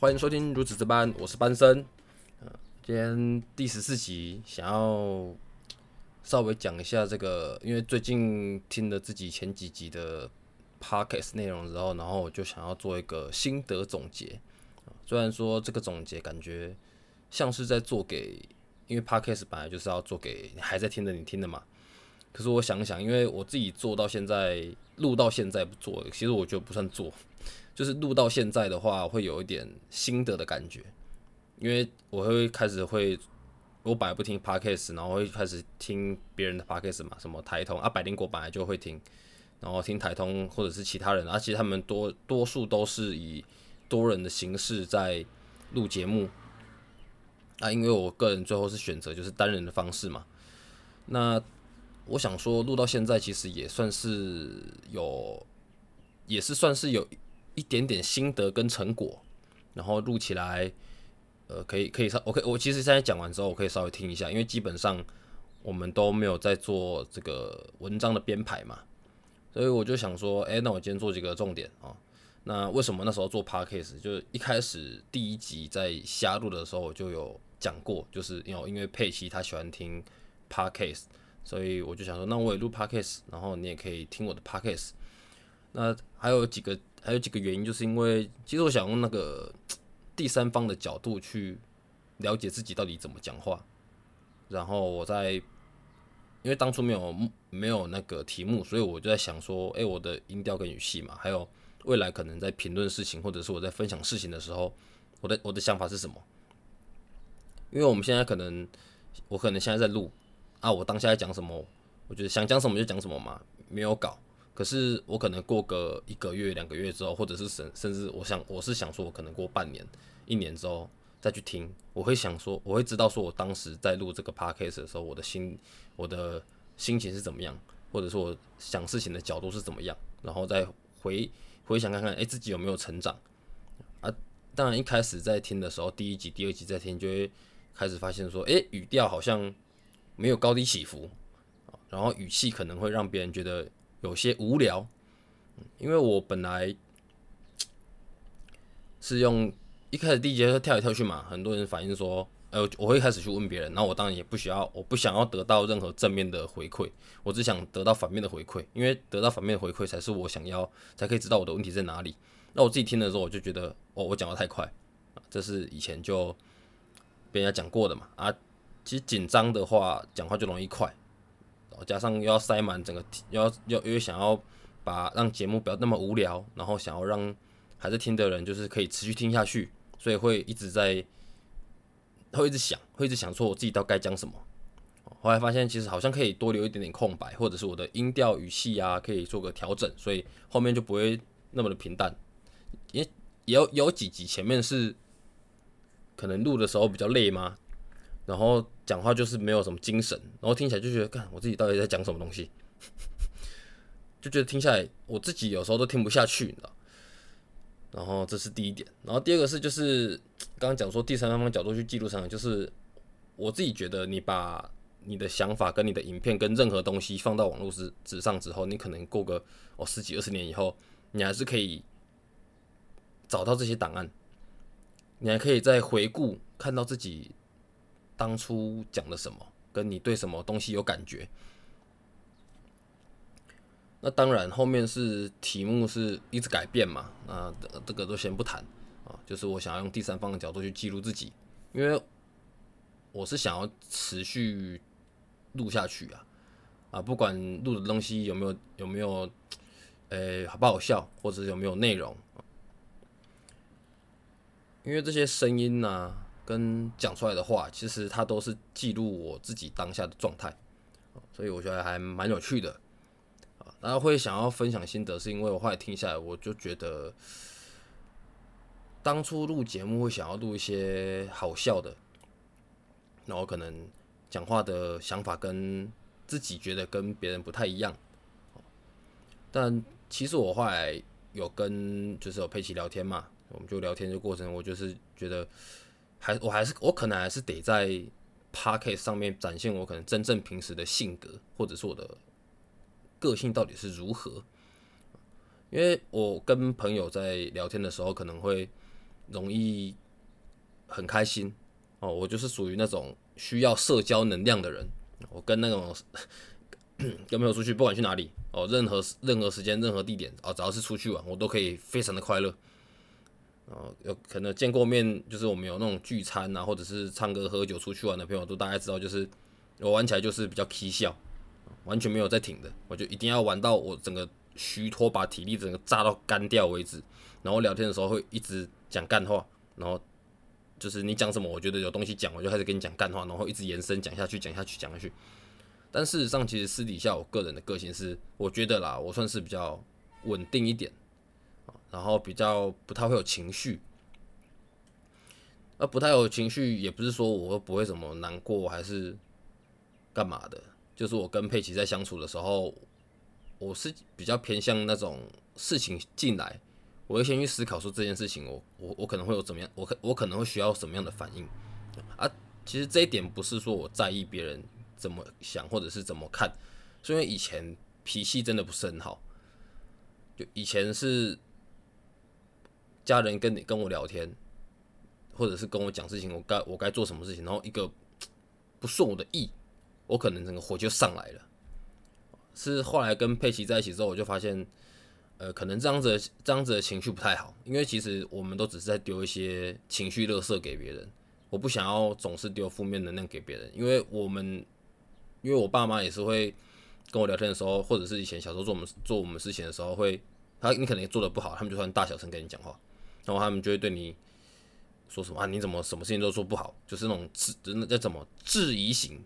欢迎收听如此这般，我是班森。今天第14集，想要稍微讲一下这个，因为最近听了自己前几集的 podcast 内容之后，然后我就想要做一个心得总结。虽然说这个总结感觉像是在做给，因为 podcast 本来就是要做给还在听的你听的嘛。可是我想想，因为我自己做到现在，录到现在不做，其实我觉得不算做。就是录到现在的话，会有一点心得的感觉，因为我会开始我本来不听 podcast， 然后会开始听别人的 podcast 嘛，什么台通啊、百灵果本来就会听，然后听台通或者是其他人，其实他们多数都是以多人的形式在录节目因为我个人最后是选择就是单人的方式嘛，那我想说录到现在其实也算是算是有一点点心得跟成果，然后录起来，可以我其实现在讲完之后，我可以稍微听一下，因为基本上我们都没有在做这个文章的编排嘛，所以我就想说，那我今天做几个重点啊。那为什么那时候做 podcast？ 就是一开始第一集在瞎录的时候，我就有讲过，就是因为佩奇他喜欢听 podcast， 所以我就想说，那我也录 podcast， 然后你也可以听我的 podcast。那还有几个原因，就是因为其实我想用那个第三方的角度去了解自己到底怎么讲话，然后因为当初没有那个题目，所以我就在想说，我的音调跟语气嘛，还有未来可能在评论事情或者是我在分享事情的时候，我的想法是什么？因为我们现在我可能现在在录我当下在讲什么，我觉得想讲什么就讲什么嘛，没有稿。可是我可能过个1个月、2个月之后，或者是甚至我是想说，我可能过半年、1年之后再去听，我会知道说我当时在录这个 podcast 的时候，我的心情是怎么样，或者说我想事情的角度是怎么样，然后再回想看看，自己有没有成长当然一开始在听的时候，第1集、第2集在听，就会开始发现说，语调好像没有高低起伏，然后语气可能会让别人觉得有些无聊，因为我本来是用一开始第1节跳来跳去嘛，很多人反映说，我会开始去问别人，然后我当然也我不想要得到任何正面的回馈，我只想得到反面的回馈，因为得到反面的回馈才是我想要，才可以知道我的问题在哪里。那我自己听的时候，我就觉得，我讲得太快，这是以前就被人家讲过的嘛其实紧张的话，讲话就容易快。加上又要塞满整个，又想要让节目不要那么无聊，然后想要让还在听的人就是可以持续听下去，所以会一直想说我自己到底该讲什么。后来发现其实好像可以多留一点点空白，或者是我的音调语气可以做个调整，所以后面就不会那么的平淡。因为有几集前面是可能录的时候比较累嘛，然后讲话就是没有什么精神，然后听起来就觉得，干我自己到底在讲什么东西，就觉得听下来我自己有时候都听不下去，你知道。然后这是第一点，然后第二个是就是刚刚讲说第三方角度去记录成长，就是我自己觉得你把你的想法跟你的影片跟任何东西放到网络纸上之后，你可能过个10几20年以后，你还是可以找到这些档案，你还可以再回顾看到自己当初讲了什么，跟你对什么东西有感觉。那当然，后面是题目是一直改变嘛，这个都先不谈就是我想要用第三方的角度去记录自己，因为我是想要持续录下去不管录的东西有没有好不好笑，或者有没有内容，因为这些声音跟讲出来的话，其实它都是记录我自己当下的状态，所以我觉得还蛮有趣的。大家会想要分享心得，是因为我后来听下来，我就觉得当初录节目会想要录一些好笑的，然后可能讲话的想法跟自己觉得跟别人不太一样，但其实我后来有就是有佩奇聊天嘛，我们就聊天的过程，我就是觉得我可能还是得在 Podcast 上面展现我可能真正平时的性格，或者是我的个性到底是如何。因为我跟朋友在聊天的时候，可能会容易很开心哦，我就是属于那种需要社交能量的人。我跟那种跟朋友出去，不管去哪里哦，任何时间、任何地点哦，只要是出去玩，我都可以非常的快乐。有可能见过面，就是我们有那种聚餐啊，或者是唱歌、喝酒、出去玩的朋友，都大概知道，就是我玩起来就是比较起笑，完全没有在停的，我就一定要玩到我整个虚脱，把体力整个炸到干掉为止。然后聊天的时候会一直讲干话，然后就是你讲什么，我觉得有东西讲，我就开始跟你讲干话，然后一直延伸讲下去。但事实上，其实私底下我个人的个性是，我觉得啦，我算是比较稳定一点，然后比较不太会有情绪。不太有情绪，也不是说我不会什么难过还是干嘛的，就是我跟佩奇在相处的时候，我是比较偏向那种事情进来，我会先去思考说这件事情我可能会有怎么样，我可能会需要什么样的反应啊。其实这一点不是说我在意别人怎么想或者是怎么看，是因为以前脾气真的不是很好，就以前是家人跟我聊天，或者是跟我讲事情，我该做什么事情，然后一个不顺我的意，我可能整个火就上来了。是后来跟佩奇在一起之后，我就发现，可能这样子的情绪不太好，因为其实我们都只是在丢一些情绪垃圾给别人，我不想要总是丢负面能量给别人，因为我爸妈也是会跟我聊天的时候，或者是以前小时候做我们事情的时候你可能也做的不好，他们就算大小声跟你讲话，然后他们就会对你说什么啊？你怎么什么事情都做不好？就是那种那叫怎么质疑型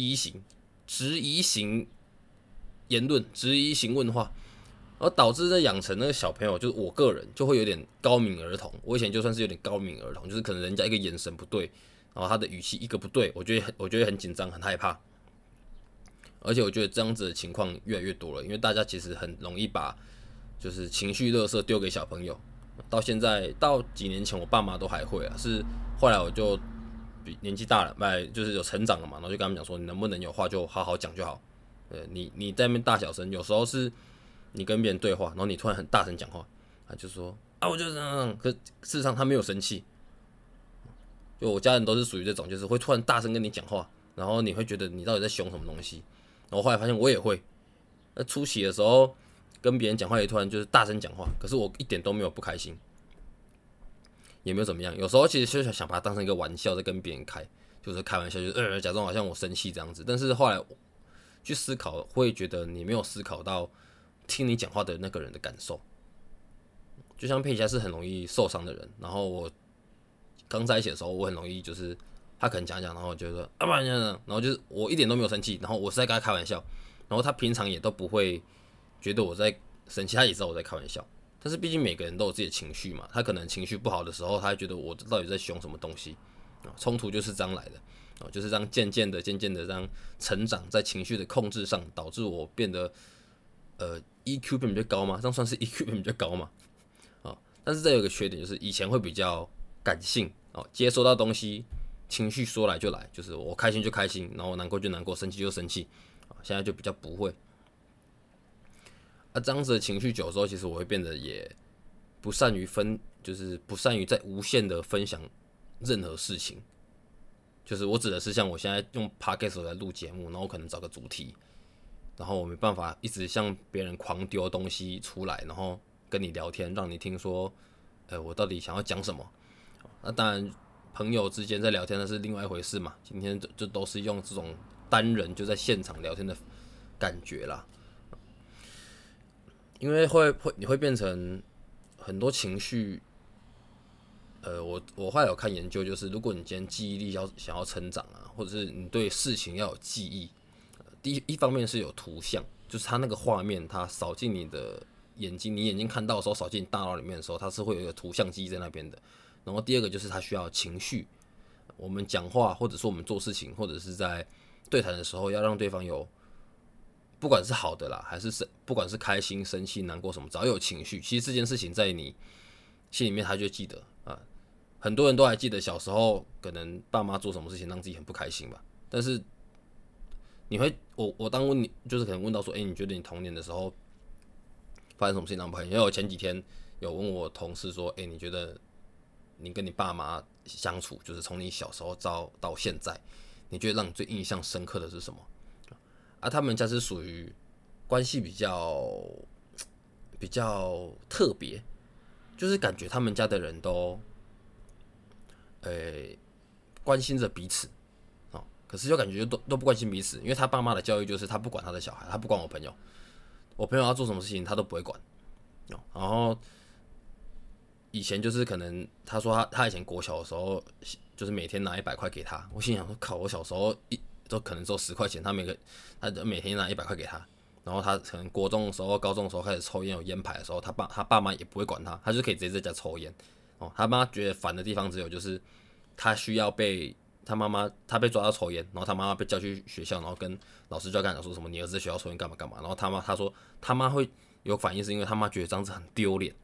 言论、质疑型问话，然后导致这养成那个小朋友，就是我个人就会有点高敏儿童。我以前就算是有点高敏儿童，就是可能人家一个眼神不对，然后他的语气一个不对，我觉得很紧张、很害怕。而且我觉得这样子的情况越来越多了，因为大家其实很容易把就是情绪垃圾丢给小朋友。到几年前，我爸妈都还会啊，是后来我就比年纪大了，就是有成长了嘛，然后就跟他们讲说，你能不能有话就好好讲就好。你在那边大小声，有时候是你跟别人对话，然后你突然很大声讲话，他就说啊，我就这样，可事实上他没有生气。就我家人都是属于这种，就是会突然大声跟你讲话，然后你会觉得你到底在凶什么东西。然后后来发现我也会，初期的时候跟别人讲话也突然就是大声讲话，可是我一点都没有不开心，也没有怎么样。有时候其实就想把它当成一个玩笑在跟别人开，就是开玩笑，就是假装好像我生气这样子。但是后来去思考，会觉得你没有思考到听你讲话的那个人的感受。就像佩奇是很容易受伤的人，然后我刚在一起的时候，我很容易就是他可能讲，然后我就说啊不然这样，然后就是我一点都没有生气，然后我是在跟他开玩笑，然后他平常也都不会觉得我在生气，他也知道我在开玩笑。但是毕竟每个人都有自己的情绪嘛，他可能情绪不好的时候，他会觉得我到底在凶什么东西冲突就是这样来的就是这样渐渐的这样成长，在情绪的控制上，导致我变得EQ 变比较高嘛，这样算是 EQ 变比较高嘛但是这有个缺点，就是以前会比较感性接收到东西，情绪说来就来，就是我开心就开心，然后我难过就难过，生气就生气现在就比较不会。这样子的情绪久之后，其实我会变得也不善于就是不善于在无限的分享任何事情。就是我指的是像我现在用 podcast 来录节目，然后可能找个主题，然后我没办法一直向别人狂丢东西出来，然后跟你聊天，让你听说，我到底想要讲什么。那当然，朋友之间在聊天那是另外一回事嘛。今天就都是用这种单人就在现场聊天的感觉啦。因为你会变成很多情绪，我后来有看研究，就是如果你今天记忆力想要成长啊，或者是你对事情要有记忆，一方面是有图像，就是它那个画面它扫进你的眼睛，你眼睛看到的时候扫进你大脑里面的时候，它是会有一个图像记忆在那边的。然后第二个就是它需要情绪，我们讲话或者说我们做事情或者是在对谈的时候，要让对方有。不管是好的啦，还是不管是开心、生气、难过什么，只要有情绪，其实这件事情在你心里面，他就记得很多人都还记得小时候可能爸妈做什么事情让自己很不开心吧。但是我当问你，就是可能问到说，你觉得你童年的时候发生什么事情让不开心？因为我前几天有问我同事说，你觉得你跟你爸妈相处，就是从你小时候到现在，你觉得让你最印象深刻的是什么？啊，他们家是属于关系比较特别，就是感觉他们家的人都，关心着彼此，可是就感觉都不关心彼此，因为他爸妈的教育就是他不管他的小孩，他不管我朋友，我朋友要做什么事情他都不会管，然后以前就是可能他说他以前国小的时候，就是每天拿100块给他，我心想说靠，我小时候都可能只有10块钱，他每天拿100块给他，然后他可能国中的时候、高中的时候开始抽烟有烟牌的时候，他爸妈也不会管他，他就可以直接在家抽烟。他妈觉得烦的地方只有就是他需要被他被抓到抽烟，然后他妈妈被叫去学校，然后跟老师就要跟他讲说什么你儿子在学校抽烟干嘛干嘛，然后他说他妈会有反应是因为他妈觉得这样子很丢脸。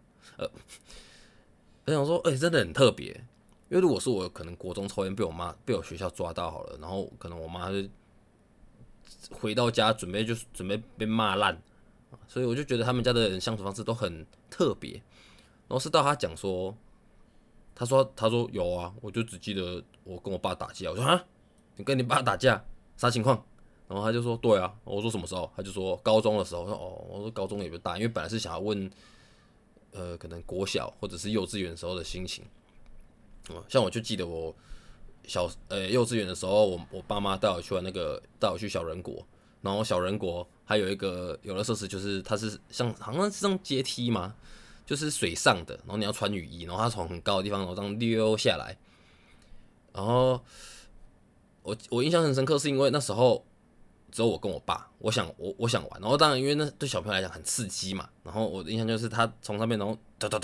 我想说，真的很特别，因为如果是我可能国中抽烟被我学校抓到好了，然后可能我妈就回到家准备被骂烂，所以我就觉得他们家的人相处方式都很特别。然后是到他讲说，他说有啊，我就只记得我跟我爸打架。我说啊，你跟你爸打架啥情况？然后他就说对啊，我说什么时候？他就说高中的时候。我说高中也不大，因为本来是想要问可能国小或者是幼稚园的时候的心情。像我就记得我幼稚园的时候，我爸妈带我去小人国，然后小人国还有一个游乐设施，就是它是好像是像阶梯嘛，就是水上的，然后你要穿雨衣，然后它从很高的地方然后这样溜下来，然后我印象很深刻，是因为那时候只有我跟我爸，我想玩，然后当然因为那对小朋友来讲很刺激嘛，然后我的印象就是他从上面然后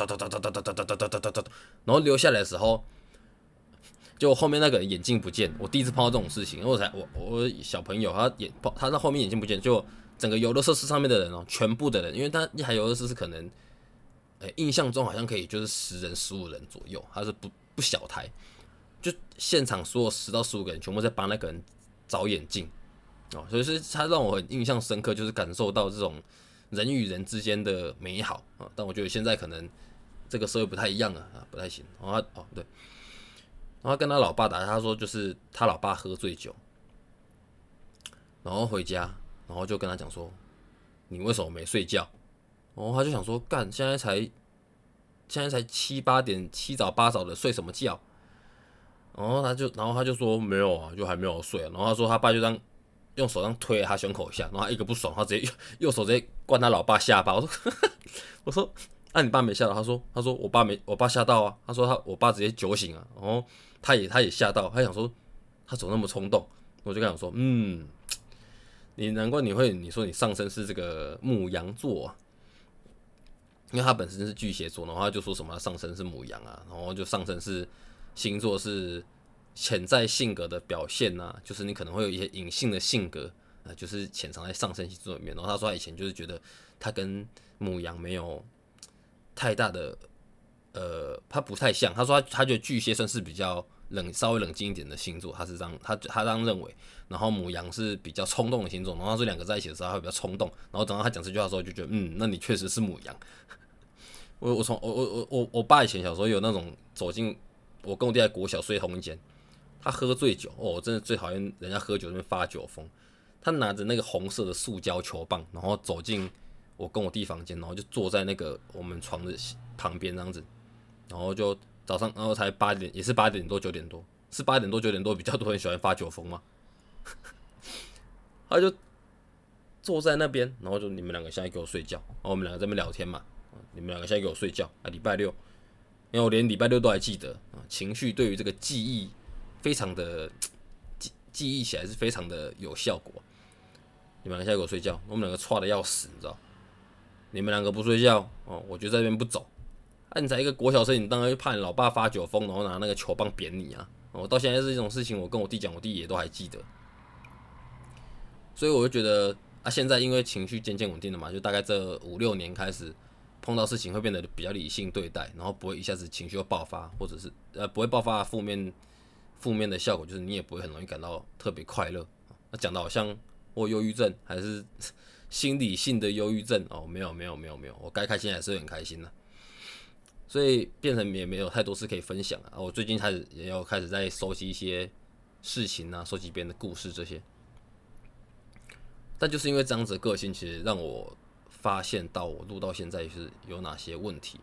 然后溜下来的时候，就后面那个人眼镜不见，我第一次碰到这种事情，因为我小朋友他在后面眼镜不见，就整个游乐设施上面的人全部的人，因为他一台游乐设施可能，印象中好像可以就是10人15人左右，他是不小台，就现场所有10到15个人全部在帮那个人找眼镜，所以是他让我很印象深刻，就是感受到这种人与人之间的美好啊。但我觉得现在可能这个社会不太一样了不太行。对。然后他跟他老爸打，他说就是他老爸喝醉酒，然后回家，然后就跟他讲说，你为什么没睡觉？然后他就想说，干，现在才7、8点，七早八早的，睡什么觉？然后他就说没有啊，就还没有睡。然后他说他爸就这样用手这样推他胸口一下，然后他一个不爽，他直接右手直接灌他老爸下巴。我说你爸没吓到？他说我爸吓到啊。他说我爸直接酒醒啊。然后他也吓到，他想说他怎么那么冲动？我就跟他讲说，你难怪你说你上升是这个牡羊座啊，因为他本身是巨蟹座，然后他就说什么他上升是牡羊啊，然后就上升是星座是潜在性格的表现啊，就是你可能会有一些隐性的性格就是潜藏在上升星座里面。然后他说他以前就是觉得他跟牡羊没有太大的他不太像，他说他觉得巨蟹算是比较稍微冷静一点的星座，他这样认为。然后牡羊是比较冲动的星座，然后他说2个在一起的时候他会比较冲动。然后等到他讲这句话的时候，就觉得那你确实是牡羊。我爸以前小时候有那种走进我跟我弟在国小睡同一间，他喝醉酒我真的最讨厌人家喝酒那边发酒疯。他拿着那个红色的塑胶球棒，然后走进我跟我弟房间，然后就坐在那个我们床的旁边这样子。然后就早上，然后才8点，也是8点多9点多，是8点多9点多比较多人喜欢发酒疯吗？他就坐在那边，然后就你们2个现在给我睡觉，然后我们2个在那边聊天嘛，你们2个现在给我睡觉礼拜六，因为我连礼拜六都还记得情绪对于这个记忆非常的记忆起来是非常的有效果。你们2个现在给我睡觉，我们2个吵的要死，你知道？你们2个不睡觉我就在那边不走。你才一个国小生，你当然会怕你老爸发酒疯，然后拿那个球棒扁你啊！我到现在这种事情，我跟我弟讲，我弟也都还记得。所以我就觉得现在因为情绪渐渐稳定了嘛，就大概这5、6年开始碰到事情会变得比较理性对待，然后不会一下子情绪又爆发，或者是不会爆发负面的效果，就是你也不会很容易感到特别快乐。讲的好像我忧郁症还是心理性的忧郁症没有，我该开心还是很开心的。 所以变成也没有太多事可以分享啊。我最近也有开始在收集一些事情啊，收集别人的故事这些。但就是因为这样子的个性，其实让我发现到我录到现在是有哪些问题。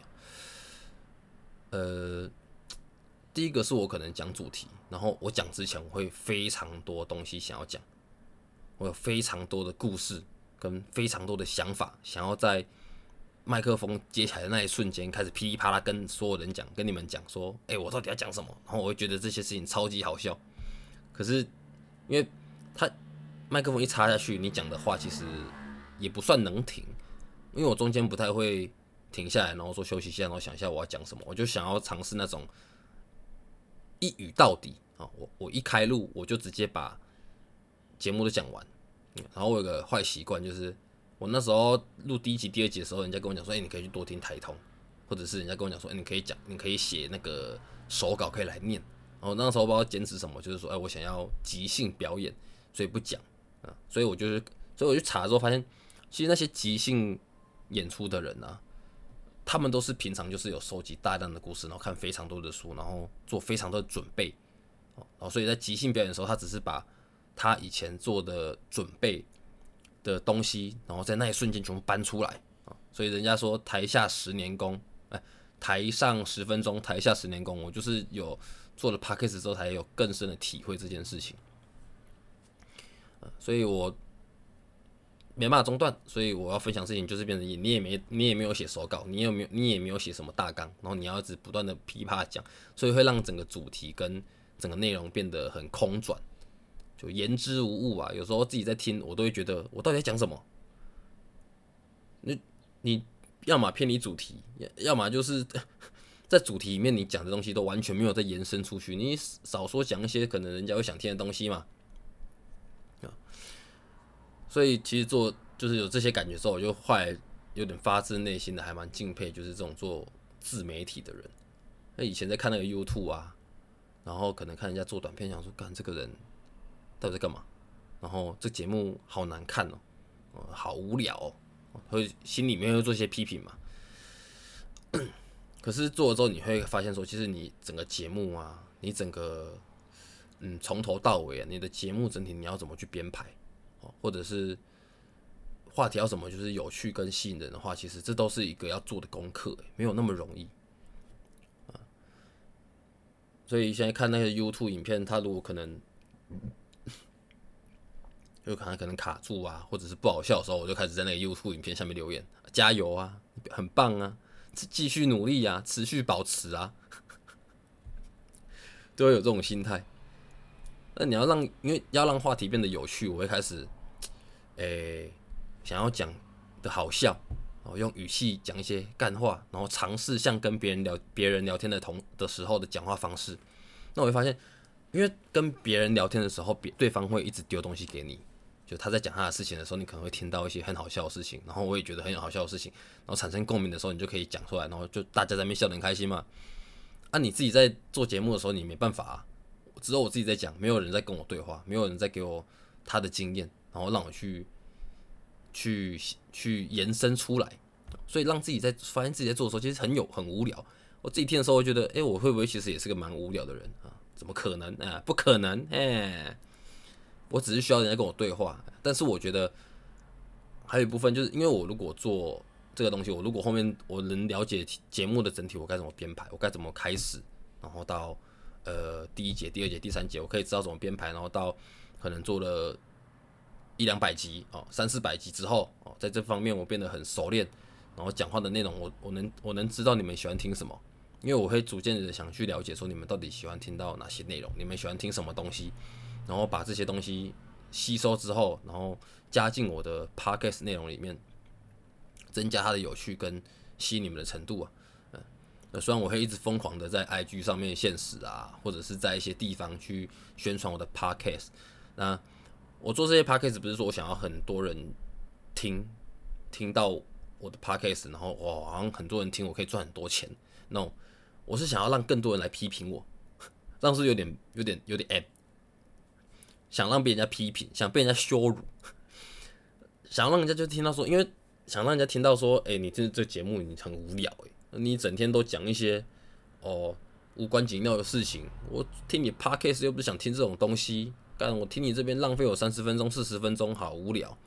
第一个是我可能讲主题，然后我讲之前我会非常多东西想要讲，我有非常多的故事跟非常多的想法，想要在麦克风接起来的那一瞬间开始噼里啪啦跟所有人讲，跟你们讲说，我到底要讲什么？然后我会觉得这些事情超级好笑。可是因为他麦克风一插下去，你讲的话其实也不算能停，因为我中间不太会停下来，然后说休息一下，然后想一下我要讲什么。我就想要尝试那种一语到底啊！我一开录我就直接把节目都讲完。然后我有个坏习惯，就是我那时候录第1集、第2集的时候，人家跟我讲说，你可以去多听台通，或者是人家跟我讲说，你可以写那个手稿，可以来念。然后那时候不知道坚持什么，就是说，我想要即兴表演，所以不讲啊。所以我去查之后发现，其实那些即兴演出的人啊，他们都是平常就是有收集大量的故事，然后看非常多的书，然后做非常多的准备，然后所以在即兴表演的时候，他只是把他以前做的准备的东西，然后在那一瞬间全部搬出来。所以人家说台下10年功，台上10分钟，台下10年功。我就是有做了 podcast 之后，才有更深的体会这件事情。所以我没办法中断，所以我要分享事情就是变成你也没有写手稿，你也没有写什么大纲，然后你要一直不断的噼啪讲，所以会让整个主题跟整个内容变得很空转，就言之无物啊。有时候自己在听，我都会觉得我到底在讲什么？你要么偏离主题，要么就是在主题里面你讲的东西都完全没有再延伸出去，你少说讲一些可能人家会想听的东西嘛。所以其实就是有这些感觉之后，我就后来有点发自内心的还蛮敬佩，就是这种做自媒体的人。那以前在看那个 YouTube 啊，然后可能看人家做短片，想说，干这个人到底在干嘛？然后这节目好难看哦，好无聊哦，会心里面会做一些批评嘛。可是做了之后，你会发现说，其实你整个节目啊，你整个从头到尾啊，你的节目整体你要怎么去编排？或者是话题要怎么就是有趣跟吸引人的话，其实这都是一个要做的功课，没有那么容易。所以现在看那些 YouTube 影片，它如果可能就可能卡住啊，或者是不好笑的时候，我就开始在那个 YouTube 影片下面留言，加油啊，很棒啊，继续努力啊，持续保持啊，都会有这种心态。那你要因为要让话题变得有趣，我会开始想要讲的好笑，用语气讲一些干话，然后尝试像跟别人聊天的时候的讲话方式。那我会发现，因为跟别人聊天的时候，对方会一直丢东西给你，就他在讲他的事情的时候，你可能会听到一些很好笑的事情，然后我也觉得很好笑的事情，然后产生共鸣的时候，你就可以讲出来，然后就大家在那边笑得很开心嘛。你自己在做节目的时候，你没办法啊，只有我自己在讲，没有人在跟我对话，没有人在给我他的经验，然后让我去延伸出来，所以让自己发现自己在做的时候，其实很无聊。我自己听的时候，会觉得，我会不会其实也是个蛮无聊的人啊？怎么可能啊？不可能，我只是需要人家跟我对话。但是我觉得还有一部分，就是因为我如果做这个东西，我如果后面我能了解节目的整体，我该怎么编排，我该怎么开始，然后到第1节、第2节、第3节，我可以知道怎么编排，然后到可能做了100-200集300-400集之后，在这方面我变得很熟练，然后讲话的内容我能知道你们喜欢听什么，因为我会逐渐的想去了解说你们到底喜欢听到哪些内容，你们喜欢听什么东西，然后把这些东西吸收之后，然后加进我的 podcast 内容里面，增加它的有趣跟吸引你们的程度啊。虽然我会一直疯狂的在 IG 上面限时啊，或者是在一些地方去宣传我的 podcast， 那我做这些 podcast 不是说我想要很多人听到我的 podcast， 然后哇，好像很多人听我可以赚很多钱。No， 我是想要让更多人来批评我，这样是有点 M， 想让别人家批评，想被人家羞辱，想让人家就听到说，因为想让人家听到说，你这节目你很无聊你整天都讲一些无关紧要的事情，我听你 podcast 又不是想听这种东西，干我听你这边浪费我30分钟、40分钟，好无聊。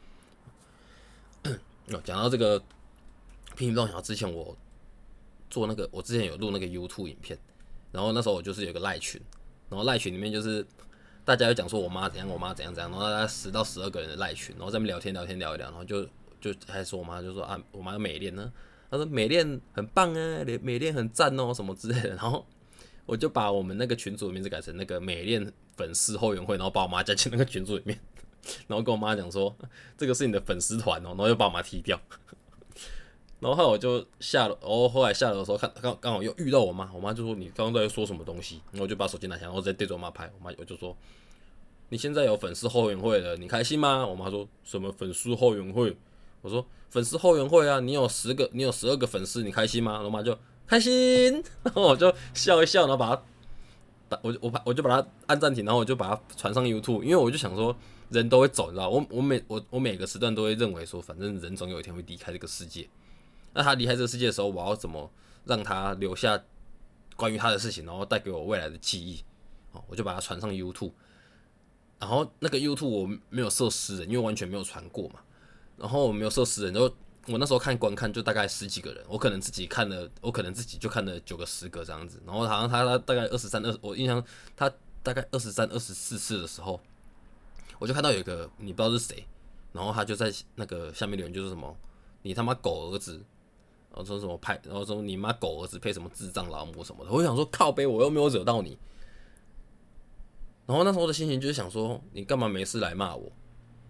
讲到这个批评动摇之前，我之前有录那个 YouTube 影片，然后那时候我就是有个赖群，然后赖群里面就是大家有讲说我妈怎样，然后大概10到12个人的赖群，然后在那边聊天聊一聊，然后就还说我妈就说啊，我妈有美恋呢，她说美恋很棒啊，美恋很赞哦什么之类的，然后我就把我们那个群组的名字改成那个美恋粉丝后援会，然后把我妈加进那个群组里面，然后跟我妈讲说这个是你的粉丝团哦，然后又把我妈踢掉。然后后来我就下楼，后来下楼的时候刚好又遇到我妈，我妈就说你刚刚在说什么东西，然后我就把手机拿下，然后直接对着我妈拍，我就说你现在有粉丝后援会了，你开心吗？我妈说什么粉丝后援会？我说粉丝后援会啊，你有12个粉丝，你开心吗？我妈就开心，然后我就笑一笑，然后把它我就把它按暂停，然后我就把它传上 YouTube， 因为我就想说人都会走，你知道，我每个时段都会认为说，反正人总有一天会离开这个世界。那他离开这个世界的时候，我要怎么让他留下关于他的事情，然后带给我未来的记忆？我就把它传上 YouTube， 然后那个 YouTube 我没有设私人，因为完全没有传过嘛。然后我没有设私人，然后我那时候观看就大概10几个人，我可能自己就看了9个10个这样子。然后好像他大概我印象他大概23、24次的时候，我就看到有一个你不知道是谁，然后他就在那个下面留言，就是什么你他妈狗儿子。然后说什么然后说你妈狗儿子配什么智障老母什么的，我就想说靠北，我又没有惹到你。然后那时候的心情就是想说，你干嘛没事来骂我？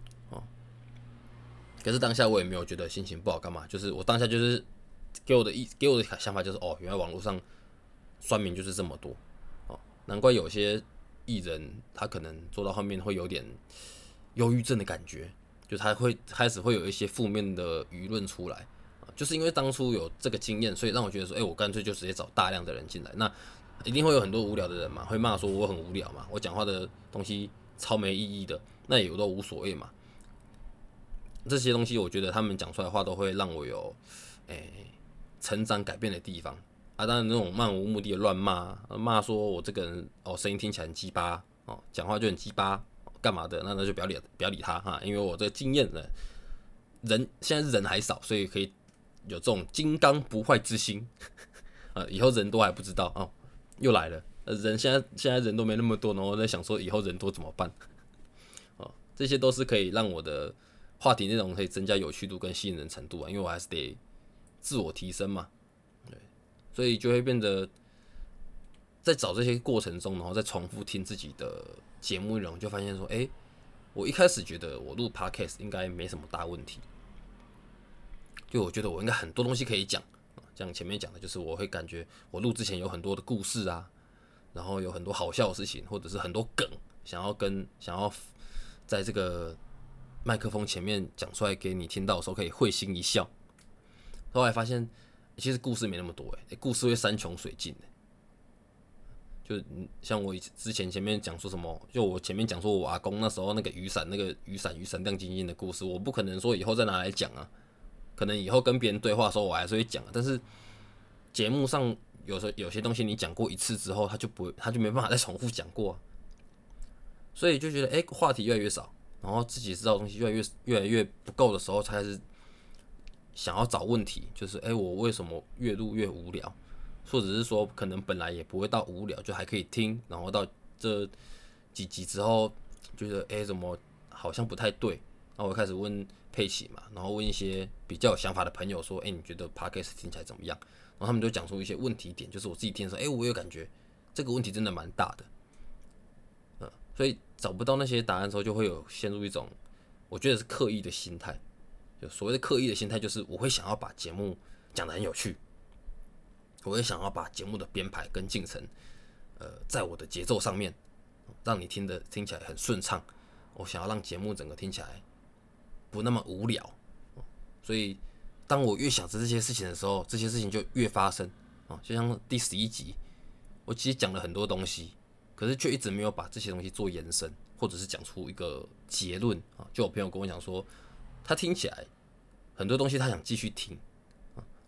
可是当下我也没有觉得心情不好干嘛，就是我当下就是给我的想法就是原来网络上酸民就是这么多，难怪有些艺人他可能做到后面会有点忧郁症的感觉，就他会开始会有一些负面的舆论出来。就是因为当初有这个经验，所以让我觉得说，我干脆就直接找大量的人进来，那一定会有很多无聊的人嘛，会骂说我很无聊嘛，我讲话的东西超没意义的，那也都无所谓嘛。这些东西我觉得他们讲出来的话都会让我有成长改变的地方啊。当然那种漫无目的的乱骂说我这个人声音听起来很鸡巴讲话就很鸡巴干嘛的，那就不要理他哈，因为我这个经验呢，现在人还少，所以可以有这种金刚不坏之心以后人多还不知道又来了，现在人都没那么多，然后我在想说以后人多怎么办这些都是可以让我的话题内容可以增加有趣度跟吸引人程度因为我还是得自我提升嘛，对，所以就会变得在找这些过程中，然后再重复听自己的节目内容，就发现说，我一开始觉得我录 podcast 应该没什么大问题，就我觉得我应该很多东西可以讲，像前面讲的，就是我会感觉我录之前有很多的故事啊，然后有很多好笑的事情，或者是很多梗，想要在这个麦克风前面讲出来给你听到的时候，可以会心一笑。后来发现，其实故事没那么多，故事会山穷水尽的。就像我之前前面讲说什么，就我前面讲说我阿公那时候那个雨伞亮晶晶的故事，我不可能说以后再拿来讲啊。可能以后跟别人对话的时候我还是会讲，但是节目上有些东西你讲过一次之后，他就没办法再重复讲过所以就觉得话题越来越少，然后自己知道的东西越来越不够的时候，才开始想要找问题，就是我为什么越录越无聊，或者是说可能本来也不会到无聊，就还可以听，然后到这几集之后，觉得怎么好像不太对，然后我开始问佩奇嘛，然后问一些比较有想法的朋友说，你觉得 podcast 听起来怎么样？然后他们就讲出一些问题点，就是我自己听的时候，我有感觉这个问题真的蛮大的，所以找不到那些答案的时候，就会有陷入一种我觉得是刻意的心态。就所谓的刻意的心态，就是我会想要把节目讲得很有趣，我会想要把节目的编排跟进程，在我的节奏上面，让你听起来很顺畅。我想要让节目整个听起来不那么无聊，所以当我越想着这些事情的时候，这些事情就越发生就像第11集，我其实讲了很多东西，可是却一直没有把这些东西做延伸，或者是讲出一个结论就有朋友跟我讲说，他听起来很多东西他想继续听，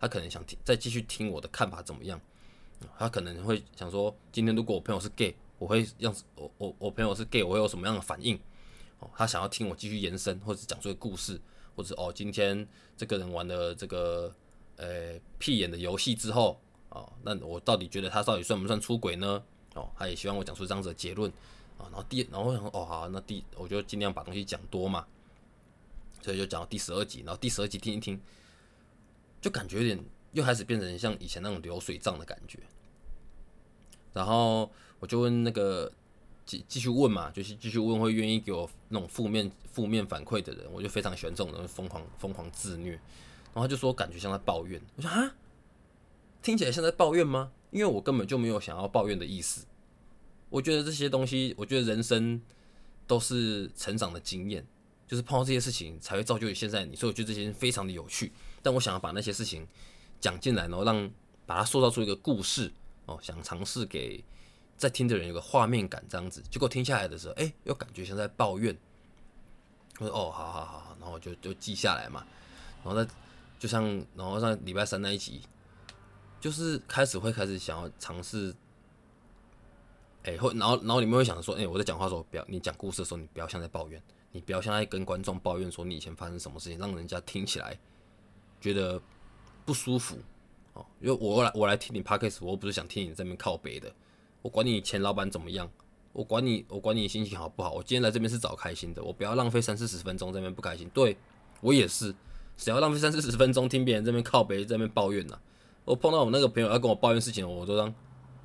他可能想再继续听我的看法怎么样，他可能会想说，今天如果我朋友是 gay， 我会我朋友是 gay， 我会有什么样的反应？他想要听我继续延伸，或者讲出个故事，或者今天这个人玩了这个屁眼的游戏之后，那我到底觉得他到底算不算出轨呢？他也希望我讲出这样子的结论然后我想说好，那我就尽量把东西讲多嘛，所以就讲到第12集，然后第12集听一听，就感觉有点又开始变成像以前那种流水账的感觉。然后我就问那个继续问嘛，就是继续问会愿意给我那种负面反馈的人，我就非常喜欢这种人疯狂自虐。然后他就说感觉像在抱怨，我说啊，听起来像在抱怨吗？因为我根本就没有想要抱怨的意思。我觉得这些东西，我觉得人生都是成长的经验，就是碰到这些事情才会造就你现在你，所以我觉得这些非常的有趣。但我想要把那些事情讲进来，然后把它塑造出一个故事想尝试给在听的人有个画面感，这样子。结果听下来的时候，又感觉像在抱怨。我说好，然后我就记下来嘛。然后然后像礼拜3那一集，就是会开始想要尝试。然后你们会想说，我在讲话的时候，你讲故事的时候，你不要像在抱怨，你不要像在跟观众抱怨说你以前发生什么事情，让人家听起来觉得不舒服因为我来听你 podcast， 我不是想听你在那边靠北的，我管你前老板怎么样，我管你心情好不好，我今天来这边是找开心的，我不要浪费30-40分钟在那边不开心。对我也是，谁要浪费30-40分钟听别人在那边靠北，在那边抱怨我碰到我那个朋友要跟我抱怨事情，我都当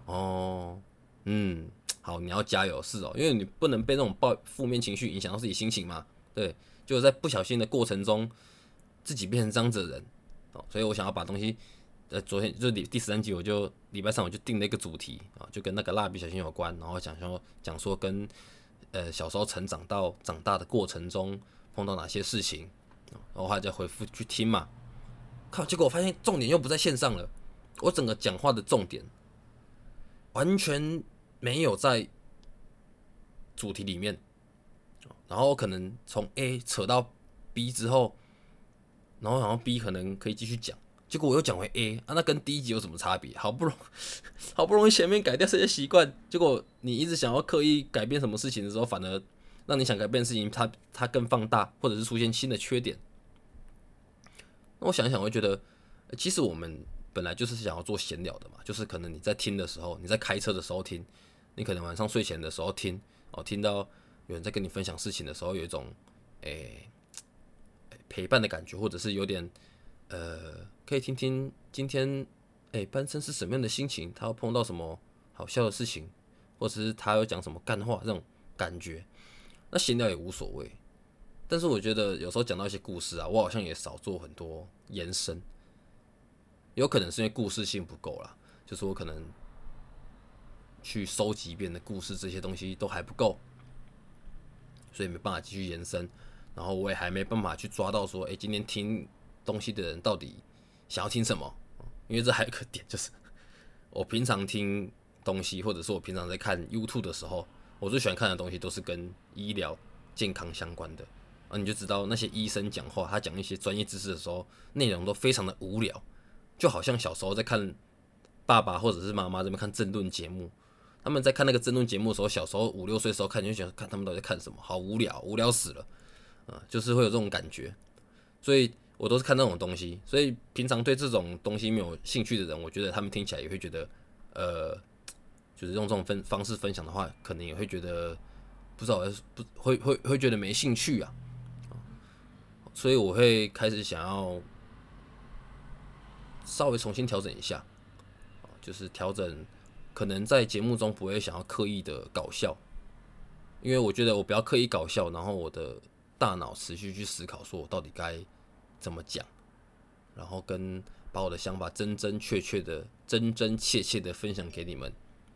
好，你要加油，是因为你不能被那种负面情绪影响到自己心情嘛。对，就在不小心的过程中，自己变成这样子的人所以我想要把东西，昨天就第13集，礼拜3我就定了一个主题就跟那个蜡笔小新有关，然后讲说跟小时候成长到长大的过程中碰到哪些事情，然后他再回复去听嘛。结果我发现重点又不在线上了，我整个讲话的重点完全没有在主题里面，然后可能从 A 扯到 B 之后，然后B 可能可以继续讲，结果我又讲回 A 那跟第一集有什么差别？好不容易前面改掉这些习惯，结果你一直想要刻意改变什么事情的时候，反而让你想改变的事情它更放大，或者是出现新的缺点。那我想一想，我会觉得，其实我们本来就是想要做闲聊的嘛，就是可能你在听的时候，你在开车的时候听，你可能晚上睡前的时候听，听到有人在跟你分享事情的时候，有一种陪伴的感觉，或者是有点可以听听今天班生是什么样的心情，他要碰到什么好笑的事情，或者是他要讲什么干话这种感觉。那闲聊也无所谓，但是我觉得有时候讲到一些故事我好像也少做很多延伸，有可能是因为故事性不够啦，就是我可能去收集别人的故事，这些东西都还不够，所以没办法继续延伸。然后我也还没办法去抓到说，今天听东西的人到底想要听什么？因为这还有一个点，就是我平常听东西，或者是我平常在看 YouTube 的时候，我最喜欢看的东西都是跟医疗健康相关的你就知道那些医生讲话，他讲一些专业知识的时候，内容都非常的无聊，就好像小时候在看爸爸或者是妈妈这边看政论节目，他们在看那个政论节目的时候，小时候5-6岁的时候看，就想看他们到底在看什么，好无聊，无聊死了就是会有这种感觉，所以我都是看那种东西，所以平常对这种东西没有兴趣的人，我觉得他们听起来也会觉得，就是用这种方式分享的话，可能也会觉得不知道会觉得没兴趣所以我会开始想要稍微重新调整一下，就是调整可能在节目中不会想要刻意的搞笑，因为我觉得我不要刻意搞笑，然后我的大脑持续去思考，说我到底该怎么讲，然后把我的想法真真切切的分享给你们，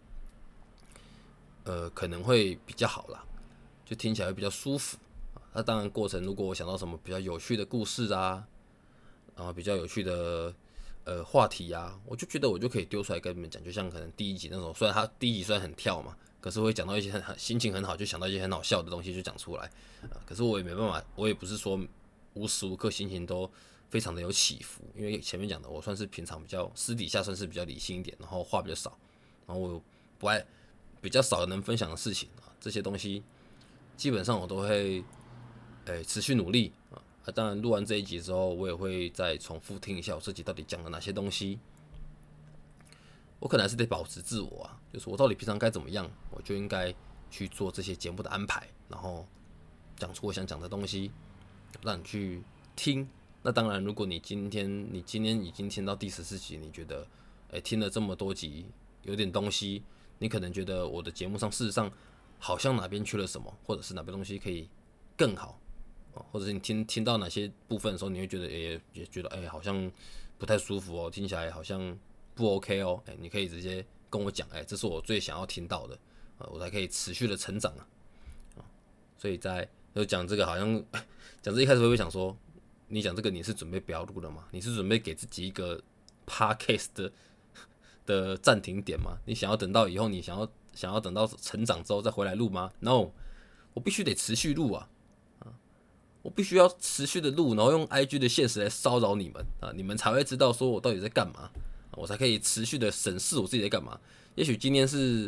可能会比较好啦，就听起来会比较舒服。那当然，过程如果我想到什么比较有趣的故事然后比较有趣的话题我就觉得我就可以丢出来跟你们讲，就像可能第一集那种，虽然它第一集虽然很跳嘛，可是会讲到一些心情很好，就想到一些很好笑的东西就讲出来可是我也没办法，我也不是说无时无刻心情都非常的有起伏，因为前面讲的我算是平常比较私底下算是比较理性一点，然后话比较少，然后我不爱比较少能分享的事情这些东西基本上我都会持续努力当然录完这一集之后，我也会再重复听一下我这集到底讲了哪些东西。我可能还是得保持自我就是我到底平常该怎么样，我就应该去做这些节目的安排，然后讲出我想讲的东西，让你去听。那当然，如果你今天已经听到第14集，你觉得听了这么多集有点东西，你可能觉得我的节目上事实上好像哪边缺了什么，或者是哪边东西可以更好，或者是你听到哪些部分的时候，你会觉得也觉得好像不太舒服听起来好像不 OK 你可以直接跟我讲这是我最想要听到的我才可以持续的成长所以就讲这个好像讲这一开始会不会想说，你讲这个你是准备不要录了吗？你是准备给自己一个 podcast 的暂停点吗？你想要等到以后你想要等到成长之后再回来录吗 ？No， 我必须得持续录我必须要持续的录，然后用 IG 的现实来骚扰你们你们才会知道说我到底在干嘛我才可以持续的审视我自己在干嘛。也许今天是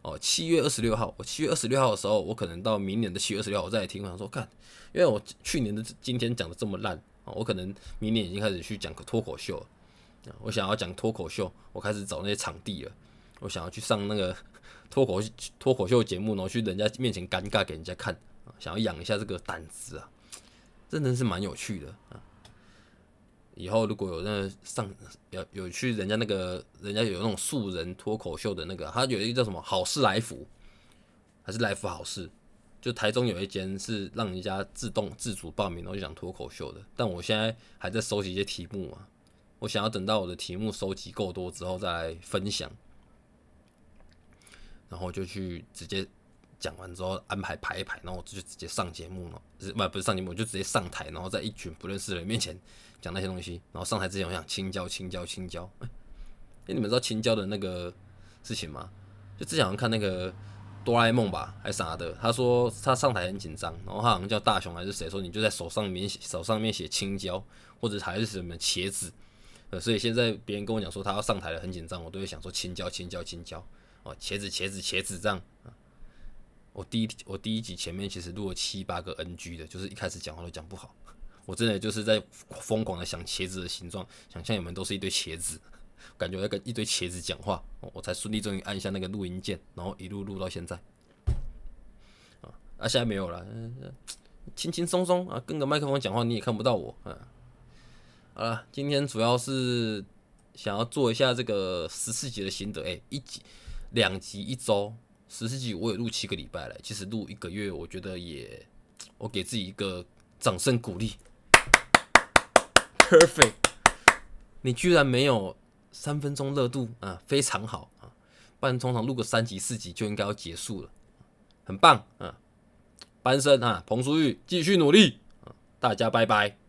7月26号，我7月26号的时候，我可能到明年的7月26号我再来听，我想说看，因为我去年的今天讲的这么烂我可能明年已经开始去讲脱口秀了我想要讲脱口秀，我开始找那些场地了，我想要去上那个脱口秀节目，然后去人家面前尴尬给人家看想要养一下这个胆子真的是蛮有趣的以后如果有那有去人家有那种素人脱口秀的那个，他有一个叫什么好事来福，还是来福好事，就台中有一间是让人家自主报名，然后就讲脱口秀的。但我现在还在收集一些题目我想要等到我的题目收集够多之后再来分享，然后就去直接讲完之后安排排一排，然后我就直接上节目了，不是上节目，我就直接上台，然后在一群不认识的人面前讲那些东西。然后上台之前我想青椒，你们知道青椒的那个事情吗？就之前好像看那个哆啦 A 梦吧，还啥的，他说他上台很紧张，然后他好像叫大雄还是谁说你就在手上面写青椒，或者还是什么茄子。所以现在别人跟我讲说他要上台了很紧张，我都会想说青椒茄子这样我第一集前面其实录了7、8个 NG 的，就是一开始讲话都讲不好，我真的就是在疯狂的想茄子的形状，想象你们都是一堆茄子，感觉我在跟一堆茄子讲话，我才顺利终于按下那个录音键，然后一路录到现在。现在没有了，轻轻松松跟个麦克风讲话你也看不到我好了，今天主要是想要做一下这个14集的心得2集1周。14集我也录7个礼拜了，其实录1个月，我觉得我给自己一个掌声鼓励 ，perfect！ 你居然没有3分钟热度非常好不然通常录个3集4集就应该要结束了，很棒班生彭淑玉继续努力大家拜拜。